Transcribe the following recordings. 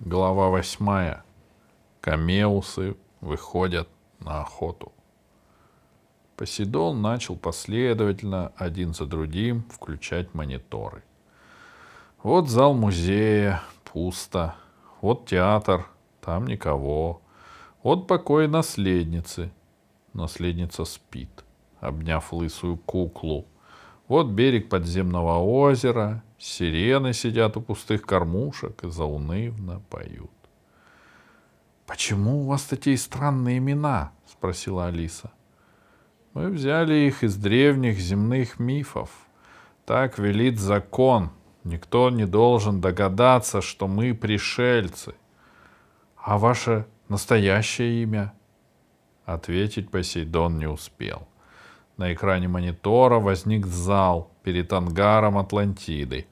Глава 8. Камеусы выходят на охоту. Посейдон начал последовательно, один за другим, включать мониторы. Вот зал музея, пусто. Вот театр, там никого. Вот покой наследницы. Наследница спит, обняв лысую куклу. Вот берег подземного озера, сирены сидят у пустых кормушек и заунывно поют. «Почему у вас такие странные имена?» — спросила Алиса. «Мы взяли их из древних земных мифов. Так велит закон. Никто не должен догадаться, что мы пришельцы. А ваше настоящее имя?» Ответить Посейдон не успел. На экране монитора возник зал перед ангаром Атлантиды.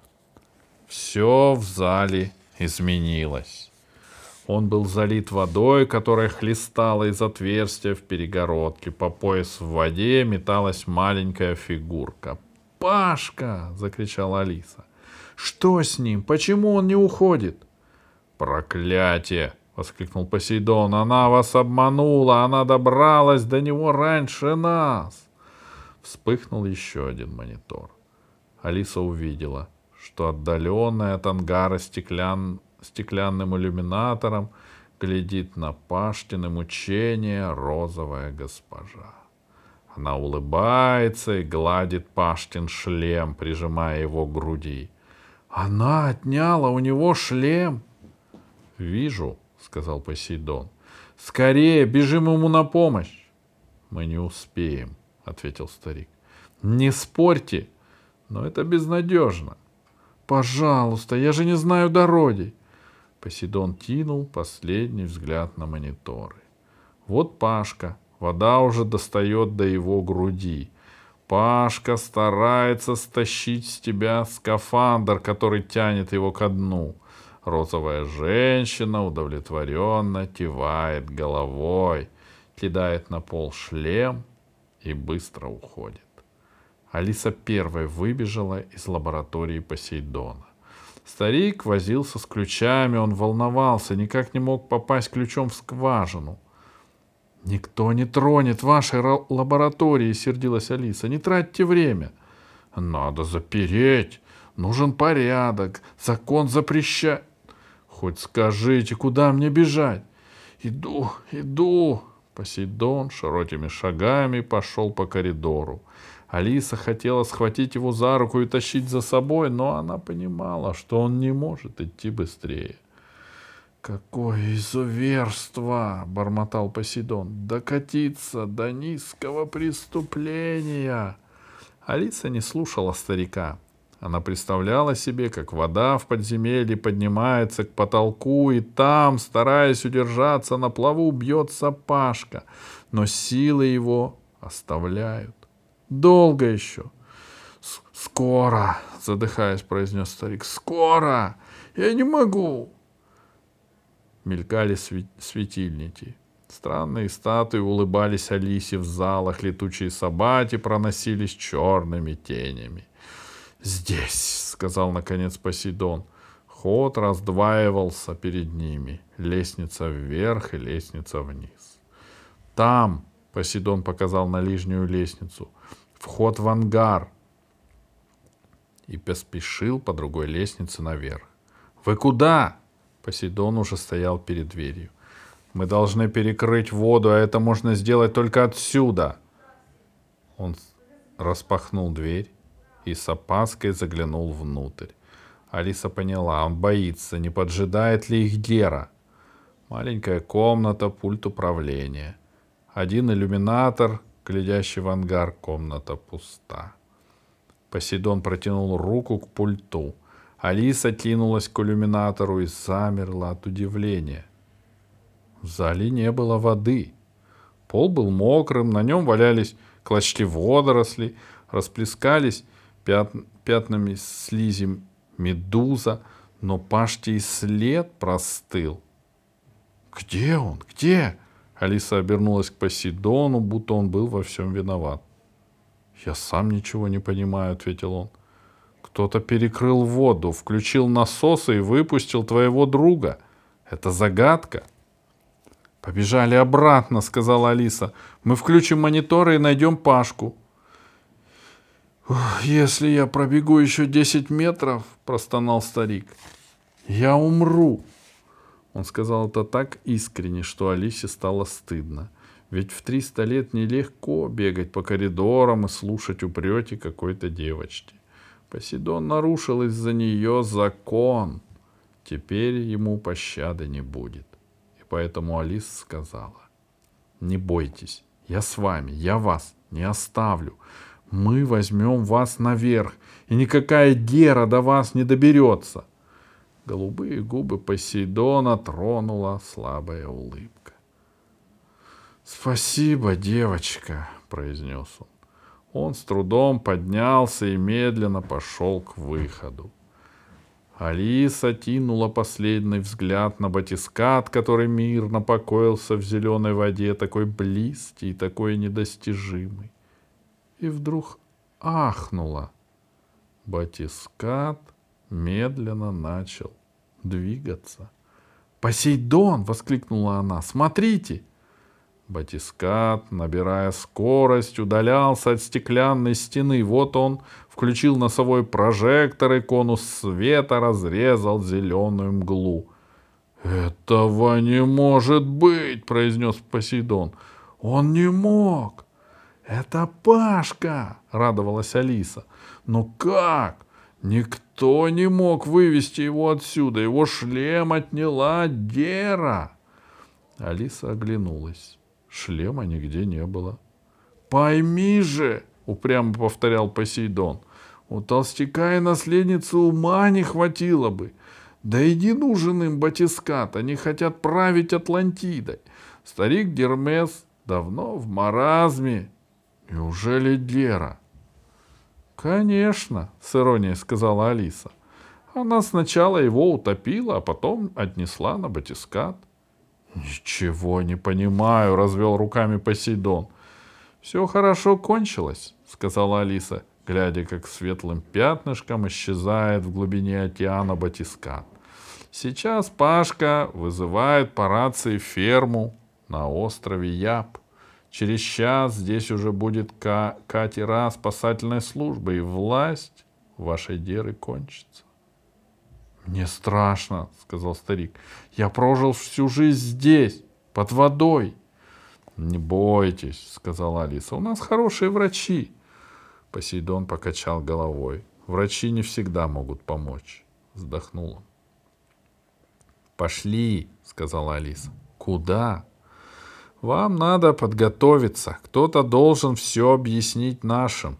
Все в зале изменилось. Он был залит водой, которая хлестала из отверстия в перегородке. По пояс в воде металась маленькая фигурка. «Пашка!» — закричала Алиса. «Что с ним? Почему он не уходит?» «Проклятие!» — воскликнул Посейдон. «Она вас обманула! Она добралась до него раньше нас!» Вспыхнул еще один монитор. Алиса увидела, что отдаленная от ангара стеклянным иллюминатором глядит на Паштины мучения розовая госпожа. Она улыбается и гладит Паштин шлем, прижимая его к груди. «Она отняла у него шлем!» «Вижу», — сказал Посейдон. «Скорее, бежим ему на помощь!» «Мы не успеем», — ответил старик. «Не спорьте, но это безнадежно». «Пожалуйста, я же не знаю дороги». Посейдон кинул последний взгляд на мониторы. Вот Пашка. Вода уже достает до его груди. Пашка старается стащить с тебя скафандр, который тянет его ко дну. Розовая женщина удовлетворенно кивает головой, кидает на пол шлем и быстро уходит. Алиса первой выбежала из лаборатории Посейдона. Старик возился с ключами, он волновался, никак не мог попасть ключом в скважину. «Никто не тронет вашей лаборатории», — сердилась Алиса. «Не тратьте время». «Надо запереть. Нужен порядок. Закон запрещает». «Хоть скажите, куда мне бежать?» «Иду». Посейдон широкими шагами пошел по коридору. Алиса хотела схватить его за руку и тащить за собой, но она понимала, что он не может идти быстрее. «Какое изуверство!» — бормотал Посейдон. «Докатиться до низкого преступления!» Алиса не слушала старика. Она представляла себе, как вода в подземелье поднимается к потолку, и там, стараясь удержаться на плаву, бьется Пашка, но силы его оставляют. «Долго еще?» «Скоро!» — задыхаясь, произнес старик. «Скоро! Я не могу!» Мелькали светильники. Странные статуи улыбались Алисе в залах, летучие собаки проносились черными тенями. «Здесь!» — сказал наконец Посейдон. Ход раздваивался перед ними. Лестница вверх и лестница вниз. «Там!» — Посейдон показал на нижнюю лестницу. «Вход в ангар!» И поспешил по другой лестнице наверх. «Вы куда?» Посейдон уже стоял перед дверью. «Мы должны перекрыть воду, а это можно сделать только отсюда!» Он распахнул дверь и с опаской заглянул внутрь. Алиса поняла, он боится, не поджидает ли их Гера. Маленькая комната, пульт управления. Один иллюминатор, глядящий в ангар, комната пуста. Посейдон протянул руку к пульту. Алиса кинулась к иллюминатору и замерла от удивления. В зале не было воды. Пол был мокрым, на нем валялись клочки водорослей, расплескались пятнами слизи медуза, но Пашке и след простыл. «Где он? Где?» Алиса обернулась к Посейдону, будто он был во всем виноват. «Я сам ничего не понимаю», — ответил он. «Кто-то перекрыл воду, включил насосы и выпустил твоего друга. Это загадка. «Побежали обратно», — сказала Алиса. «Мы включим мониторы и найдем Пашку». «Если я пробегу еще 10 метров», — простонал старик, — «я умру». Он сказал это так искренне, что Алисе стало стыдно. Ведь в 300 лет нелегко бегать по коридорам и слушать упреки какой-то девочки. Посейдон нарушил из-за нее закон. Теперь ему пощады не будет. И поэтому Алиса сказала: «Не бойтесь, я с вами, я вас не оставлю. Мы возьмем вас наверх, и никакая Гера до вас не доберется». Голубые губы Посейдона тронула слабая улыбка. «Спасибо, девочка», — произнес он. Он с трудом поднялся и медленно пошел к выходу. Алиса кинула последний взгляд на батискаф, который мирно покоился в зеленой воде, такой близкий и такой недостижимый. И вдруг ахнула. Батискаф медленно начал двигаться. «Посейдон!» — воскликнула она. «Смотрите!» Батискаф, набирая скорость, удалялся от стеклянной стены. Вот он включил носовой прожектор, и конус света разрезал зеленую мглу. «Этого не может быть!» — произнес Посейдон. «Он не мог!» «Это Пашка!» — радовалась Алиса. «Но как? Никто не мог вывести его отсюда. Его шлем отняла Гера!» Алиса оглянулась. Шлема нигде не было. «Пойми же!» — упрямо повторял Посейдон. «У толстяка и наследницы ума не хватило бы. Да и не нужен им батискаф. Они хотят править Атлантидой. Старик Гермес давно в маразме. Неужели Гера?» «Конечно», — с иронией сказала Алиса. «Она сначала его утопила, а потом отнесла на батискаф». «Ничего не понимаю», — развел руками Посейдон. «Все хорошо кончилось», — сказала Алиса, глядя, как светлым пятнышком исчезает в глубине океана батискаф. «Сейчас Пашка вызывает по рации ферму на острове Яб. Через час здесь уже будет катера спасательной службы, и власть вашей Геры кончится». «Мне страшно», — сказал старик. «Я прожил всю жизнь здесь, под водой». «Не бойтесь», — сказала Алиса. «У нас хорошие врачи». Посейдон покачал головой. «Врачи не всегда могут помочь», — вздохнул он. «Пошли», — сказала Алиса. «Куда?» «Вам надо подготовиться. Кто-то должен все объяснить нашим».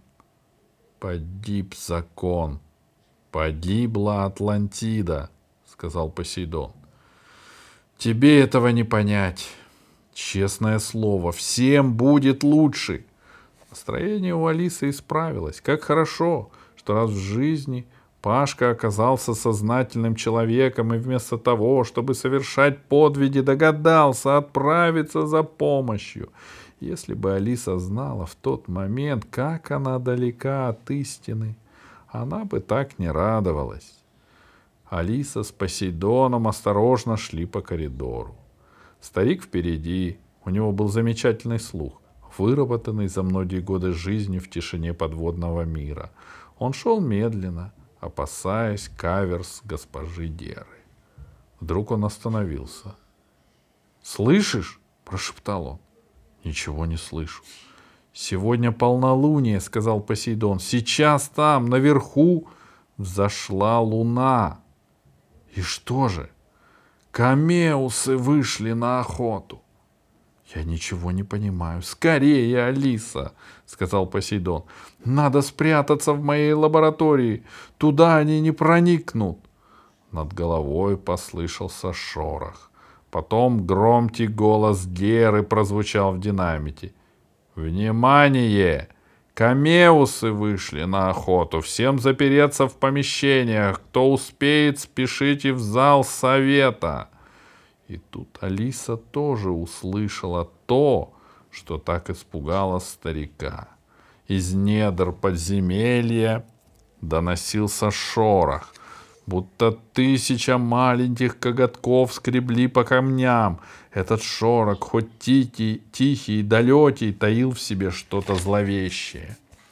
«Погиб закон. Погибла Атлантида», — сказал Посейдон. «Тебе этого не понять. Честное слово, всем будет лучше». Настроение у Алисы исправилось. Как хорошо, что раз в жизни Пашка оказался сознательным человеком и вместо того, чтобы совершать подвиги, догадался отправиться за помощью. Если бы Алиса знала в тот момент, как она далека от истины, она бы так не радовалась. Алиса с Посейдоном осторожно шли по коридору. Старик впереди, у него был замечательный слух, выработанный за многие годы жизни в тишине подводного мира. Он шел медленно, опасаясь каверс госпожи Геры. Вдруг он остановился. «Слышишь?» — прошептал он. «Ничего не слышу». «Сегодня полнолуние», — сказал Посейдон. «Сейчас там, наверху, взошла луна». «И что же?» «Камеусы вышли на охоту». «Я ничего не понимаю». «Скорее, Алиса», — сказал Посейдон. «Надо спрятаться в моей лаборатории. Туда они не проникнут». Над головой послышался шорох. Потом громкий голос Геры прозвучал в динамите. «Внимание! Камеусы вышли на охоту. Всем запереться в помещениях. Кто успеет, спешите в зал совета». И тут Алиса тоже услышала то, что так испугало старика. Из недр подземелья доносился шорох. будто 1000 маленьких коготков скребли по камням. Этот шорох, хоть тихий и далекий, таил в себе что-то зловещее.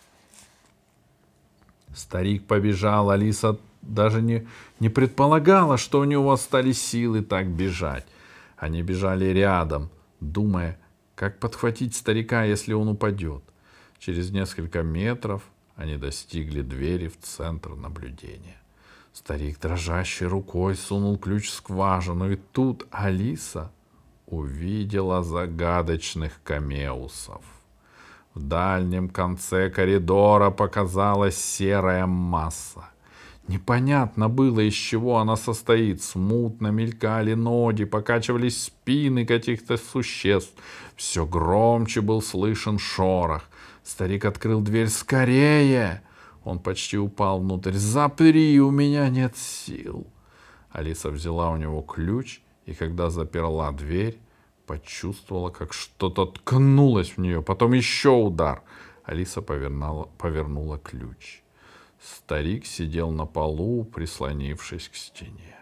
Старик побежал, Алиса даже не предполагала, что у него остались силы так бежать. Они бежали рядом, думая, как подхватить старика, если он упадет. Через несколько метров они достигли двери в центр наблюдения. Старик дрожащей рукой сунул ключ в скважину, и тут Алиса увидела загадочных камеусов. В дальнем конце коридора показалась серая масса. Непонятно было, из чего она состоит. Смутно мелькали ноги, покачивались спины каких-то существ. Все громче был слышен шорох. Старик открыл дверь. «Скорее!» Он почти упал внутрь. «Запри, у меня нет сил!» Алиса взяла у него ключ, и когда заперла дверь, почувствовала, как что-то ткнулось в нее. Потом еще удар. Алиса повернула ключ. Старик сидел на полу, прислонившись к стене.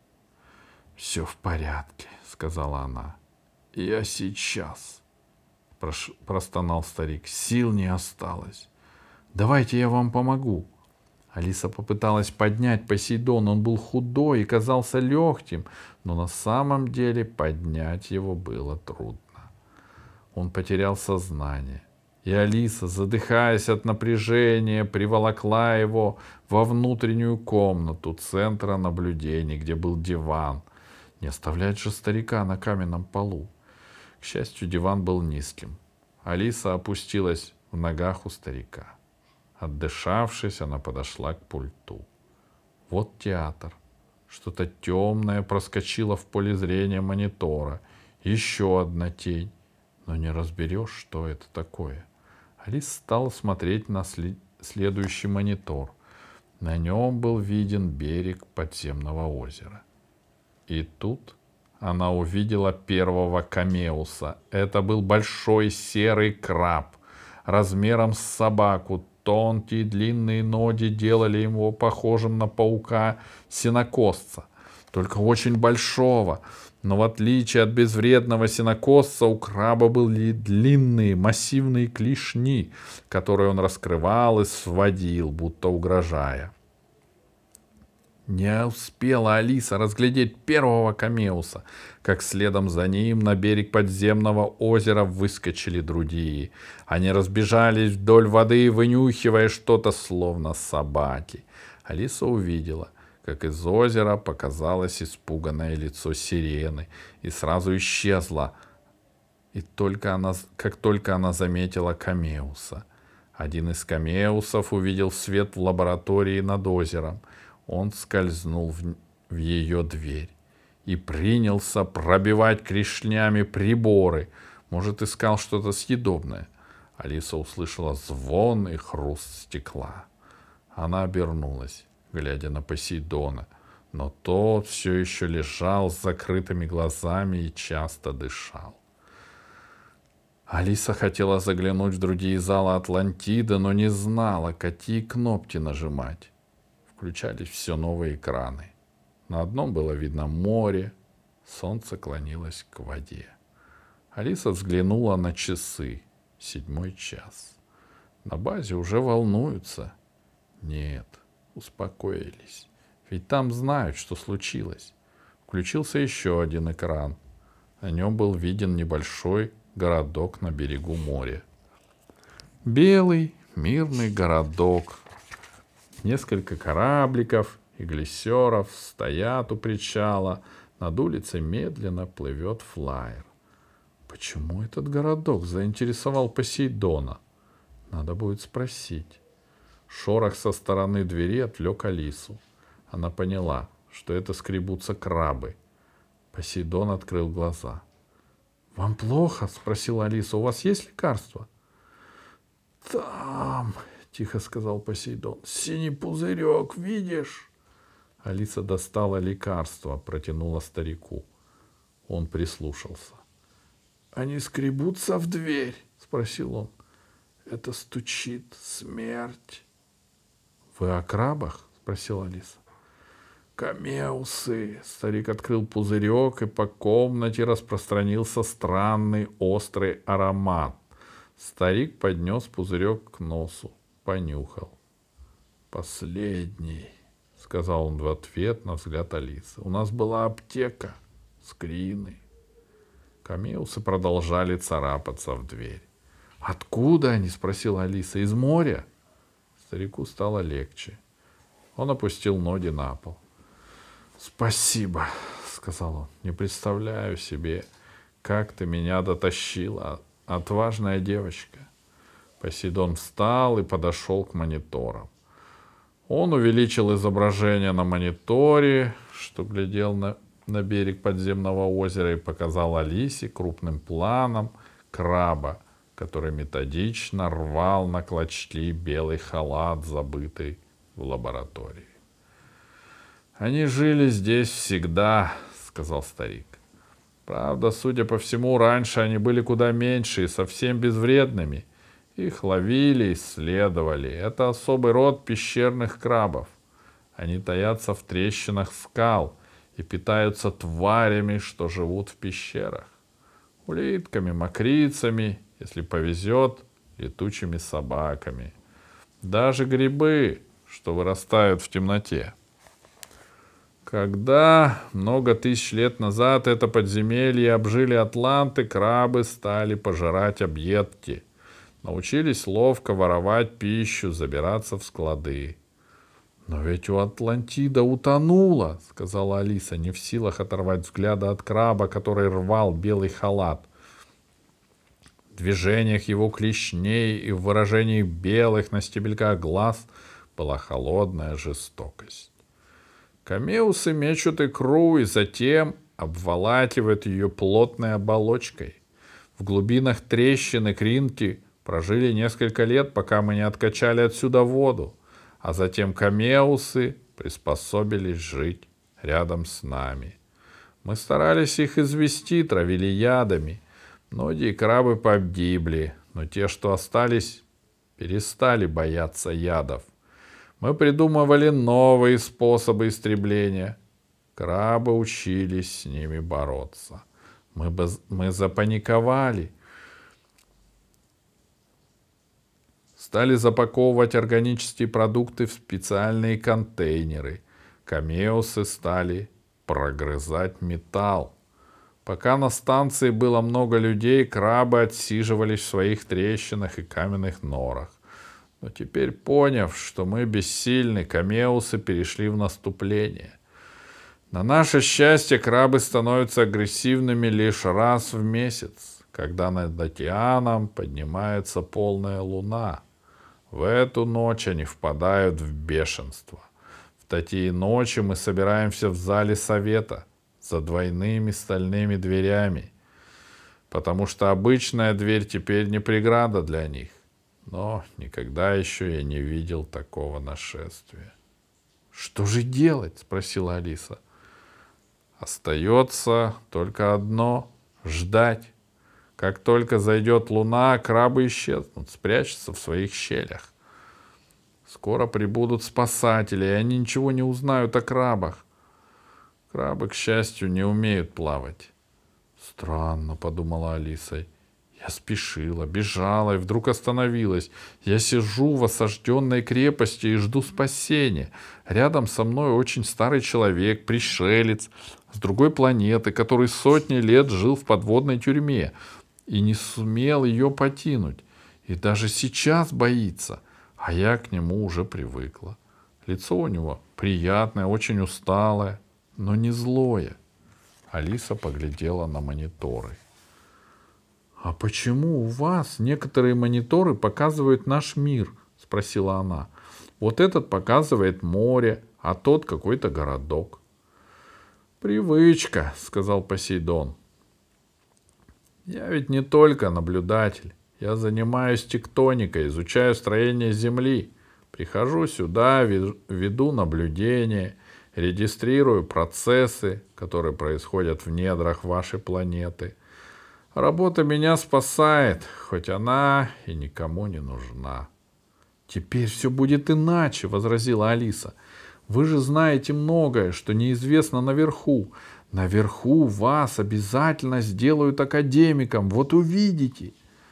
«Все в порядке», — сказала она. «Я сейчас», — простонал старик. «Сил не осталось. Давайте я вам помогу». Алиса попыталась поднять Посейдона. Он был худой и казался легким, но на самом деле поднять его было трудно. Он потерял сознание. И Алиса, задыхаясь от напряжения, приволокла его во внутреннюю комнату центра наблюдений, где был диван. Не оставлять же старика на каменном полу. К счастью, диван был низким. Алиса опустилась в ногах у старика. Отдышавшись, она подошла к пульту. Вот театр. Что-то темное проскочило в поле зрения монитора. Еще одна тень. Но не разберешь, что это такое. Алиса стала смотреть на следующий монитор. На нем был виден берег подземного озера. И тут она увидела первого камеуса. Это был большой серый краб, размером с собаку. Тонкие длинные ноги делали его похожим на паука-сенокосца, только очень большого. Но в отличие от безвредного сенокосца, у краба были длинные массивные клешни, которые он раскрывал и сводил, будто угрожая. Не успела Алиса разглядеть первого камеуса, как следом за ним на берег подземного озера выскочили другие. Они разбежались вдоль воды, вынюхивая что-то, словно собаки. Алиса увидела, как из озера показалось испуганное лицо сирены и сразу исчезло. Как только она заметила камеуса. Один из камеусов увидел свет в лаборатории над озером. Он скользнул в ее дверь и принялся пробивать клешнями приборы. Может, искал что-то съедобное. Алиса услышала звон и хруст стекла. Она обернулась, глядя на Посейдона, но тот все еще лежал с закрытыми глазами и часто дышал. Алиса хотела заглянуть в другие залы Атлантиды, но не знала, какие кнопки нажимать. Включались все новые экраны. На одном было видно море, солнце клонилось к воде. Алиса взглянула на часы. 7 час. На базе уже волнуются. Нет, успокоились. Ведь там знают, что случилось. Включился еще один экран. На нем был виден небольшой городок на берегу моря. Белый, мирный городок. Несколько корабликов и глиссеров стоят у причала. Над улицей медленно плывет флайер. Почему этот городок заинтересовал Посейдона? Надо будет спросить. Шорох со стороны двери отвлек Алису. Она поняла, что это скребутся крабы. Посейдон открыл глаза. «Вам плохо?» — спросила Алиса. «У вас есть лекарство?» «Там», — тихо сказал Посейдон, — «синий пузырек, видишь?» Алиса достала лекарство, протянула старику. Он прислушался. «Они скребутся в дверь?» — спросил он. «Это стучит смерть». «Вы о крабах?» — спросила Алиса. Камеусы! Старик открыл пузырек, и по комнате распространился странный острый аромат. Старик поднес пузырек к носу, понюхал. «Последний», — сказал он в ответ на взгляд Алисы. «У нас была аптека, скрины». Камеусы продолжали царапаться в дверь. «Откуда они?» — спросила Алиса. «Из моря?» Старику стало легче. Он опустил ноги на пол. «Спасибо», — сказал он. «Не представляю себе, как ты меня дотащила, отважная девочка». Посейдон встал и подошел к мониторам. Он увеличил изображение на мониторе, что глядел на берег подземного озера, и показал Алисе крупным планом краба, который методично рвал на клочки белый халат, забытый в лаборатории. «Они жили здесь всегда», — сказал старик. «Правда, судя по всему, раньше они были куда меньше и совсем безвредными. Их ловили, исследовали. Это особый род пещерных крабов. Они таятся в трещинах скал и питаются тварями, что живут в пещерах. Улитками, мокрицами, если повезет, летучими собаками. Даже грибы, что вырастают в темноте. Когда много тысяч лет назад это подземелье обжили атланты, крабы стали пожирать объедки. Научились ловко воровать пищу, забираться в склады. «Но ведь у Атлантида утонула», — сказала Алиса, не в силах оторвать взгляда от краба, который рвал белый халат. В движениях его клешней и в выражении белых на стебельках глаз была холодная жестокость. Камеусы мечут икру и затем обволакивают ее плотной оболочкой. В глубинах трещин икринки прожили несколько лет, пока мы не откачали отсюда воду, а затем камеусы приспособились жить рядом с нами. Мы старались их извести, травили ядами. Многие крабы погибли, но те, что остались, перестали бояться ядов. Мы придумывали новые способы истребления. Крабы учились с ними бороться. Мы запаниковали. Стали запаковывать органические продукты в специальные контейнеры. Камеусы стали прогрызать металл. Пока на станции было много людей, крабы отсиживались в своих трещинах и каменных норах. Но теперь, поняв, что мы бессильны, камеусы перешли в наступление. На наше счастье, крабы становятся агрессивными лишь раз в месяц, когда над океаном поднимается полная луна. В эту ночь они впадают в бешенство. В такие ночи мы собираемся в зале совета за двойными стальными дверями, потому что обычная дверь теперь не преграда для них. Но никогда еще я не видел такого нашествия. «Что же делать?» — спросила Алиса. «Остается только одно — ждать. Как только зайдет луна, крабы исчезнут, спрячутся в своих щелях. Скоро прибудут спасатели, и они ничего не узнают о крабах. Крабы, к счастью, не умеют плавать». «Странно», — подумала Алиса. «Я спешила, бежала и вдруг остановилась. Я сижу в осажденной крепости и жду спасения. Рядом со мной очень старый человек, пришелец с другой планеты, который сотни лет жил в подводной тюрьме и не сумел ее покинуть. И даже сейчас боится, а я к нему уже привыкла. Лицо у него приятное, очень усталое, но не злое». Алиса поглядела на мониторы. «А почему у вас некоторые мониторы показывают наш мир?» — спросила она. «Вот этот показывает море, а тот какой-то городок». «Привычка», — сказал Посейдон. «Я ведь не только наблюдатель. Я занимаюсь тектоникой, изучаю строение Земли. Прихожу сюда, веду наблюдения, регистрирую процессы, которые происходят в недрах вашей планеты. Работа меня спасает, хоть она и никому не нужна». «Теперь все будет иначе», — возразила Алиса. Вы же знаете многое, что неизвестно наверху. Наверху вас обязательно сделают академиком, вот увидите.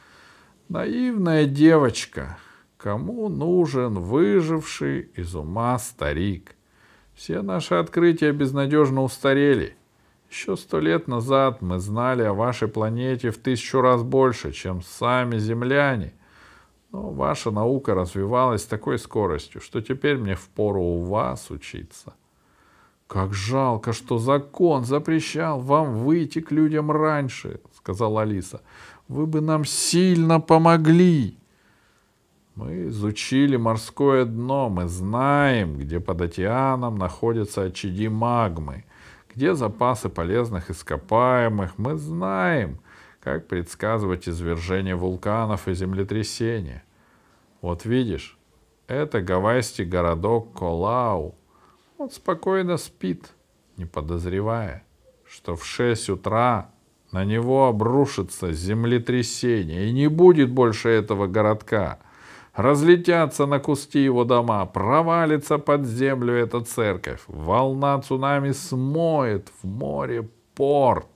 Наивная девочка. Кому нужен выживший из ума старик? Все наши открытия безнадежно устарели. Еще 100 лет назад мы знали о вашей планете в 1000 раз больше, чем сами земляне. Но ваша наука развивалась с такой скоростью, что теперь мне впору у вас учиться. Как жалко, что закон запрещал вам выйти к людям раньше, сказала Алиса. Вы бы нам сильно помогли. Мы изучили морское дно, мы знаем, где под океаном находятся очаги магмы, где запасы полезных ископаемых, мы знаем, как предсказывать извержение вулканов и землетрясения. Вот видишь, это гавайский городок Колау. Он спокойно спит, не подозревая, что в 6 утра на него обрушится землетрясение, и не будет больше этого городка. Разлетятся на куски его дома, провалится под землю эта церковь, волна цунами смоет в море порт.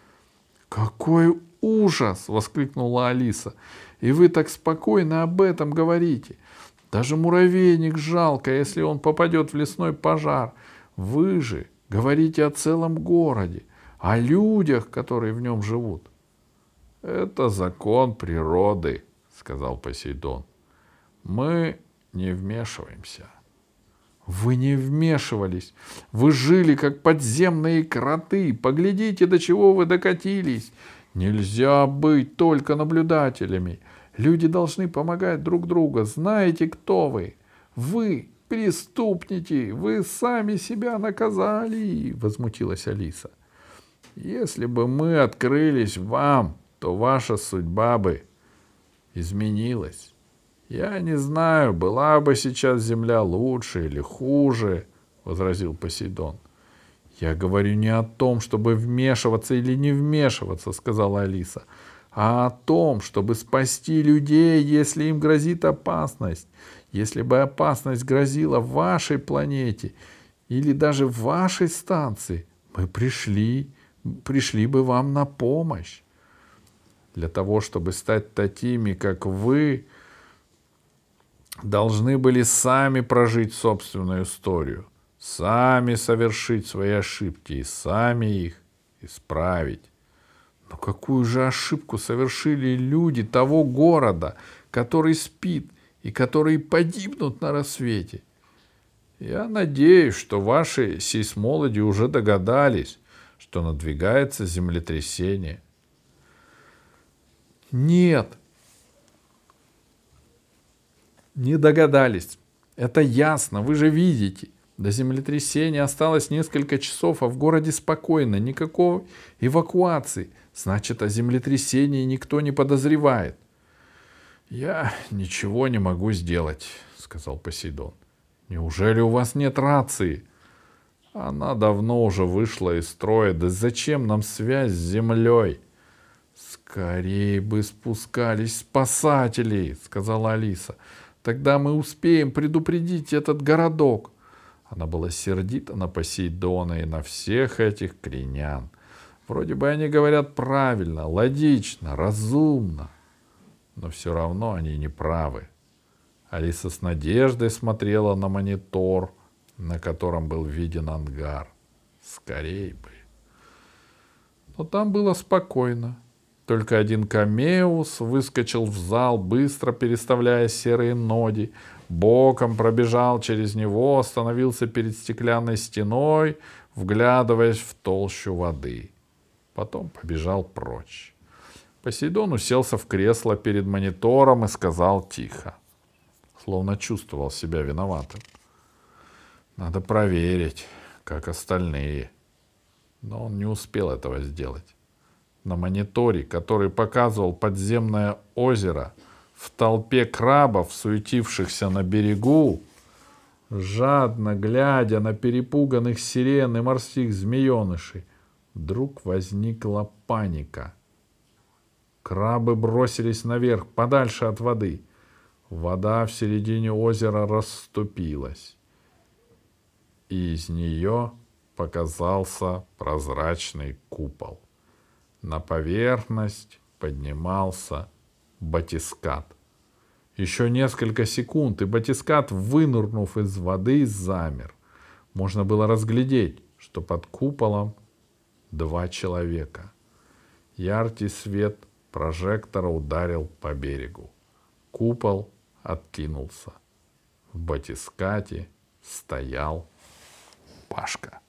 «Какой ужас!» — воскликнула Алиса. «И вы так спокойно об этом говорите. Даже муравейник жалко, если он попадет в лесной пожар. Вы же говорите о целом городе, о людях, которые в нем живут». «Это закон природы», — сказал Посейдон. «Мы не вмешиваемся». «Вы не вмешивались. Вы жили, как подземные кроты. Поглядите, до чего вы докатились. Нельзя быть только наблюдателями. Люди должны помогать друг другу. Знаете, кто вы? Вы преступники. Вы сами себя наказали», — возмутилась Алиса. «Если бы мы открылись вам, то ваша судьба бы изменилась. Я не знаю, была бы сейчас земля лучше или хуже», — возразил Посейдон. «Я говорю не о том, чтобы вмешиваться или не вмешиваться», — сказала Алиса, «а о том, чтобы спасти людей, если им грозит опасность. Если бы опасность грозила вашей планете или даже вашей станции, мы пришли бы вам на помощь. Для того, чтобы стать такими, как вы, должны были сами прожить собственную историю, сами совершить свои ошибки и сами их исправить. Но какую же ошибку совершили люди того города, который спит и которые погибнут на рассвете? Я надеюсь, что ваши сейсмологи уже догадались, что надвигается землетрясение». «Нет, не догадались. Это ясно, вы же видите. До землетрясения осталось несколько часов, а в городе спокойно, никакой эвакуации. Значит, о землетрясении никто не подозревает». «Я ничего не могу сделать», — сказал Посейдон. «Неужели у вас нет рации?» «Она давно уже вышла из строя. Да зачем нам связь с землей?» «Скорее бы спускались спасатели», — сказала Алиса. «Тогда мы успеем предупредить этот городок». Она была сердита на Посейдона и на всех этих кренян. Вроде бы они говорят правильно, логично, разумно. Но все равно они не правы. Алиса с надеждой смотрела на монитор, на котором был виден ангар. Скорей бы. Но там было спокойно. Только один Камеус выскочил в зал, быстро переставляя серые ноги, боком пробежал через него, остановился перед стеклянной стеной, вглядываясь в толщу воды. Потом побежал прочь. Посейдон уселся в кресло перед монитором и сказал тихо, словно чувствовал себя виноватым: «Надо проверить, как остальные». Но он не успел этого сделать. На мониторе, который показывал подземное озеро, в толпе крабов, суетившихся на берегу, жадно глядя на перепуганных сирен и морских змеенышей, вдруг возникла паника. Крабы бросились наверх, подальше от воды. Вода в середине озера расступилась. и из нее показался прозрачный купол. На поверхность поднимался батискат. Еще несколько секунд, и батискат, вынырнув из воды, замер. Можно было разглядеть, что под куполом 2 человека. Яркий свет прожектора ударил по берегу. Купол откинулся. В батискате стоял Пашка.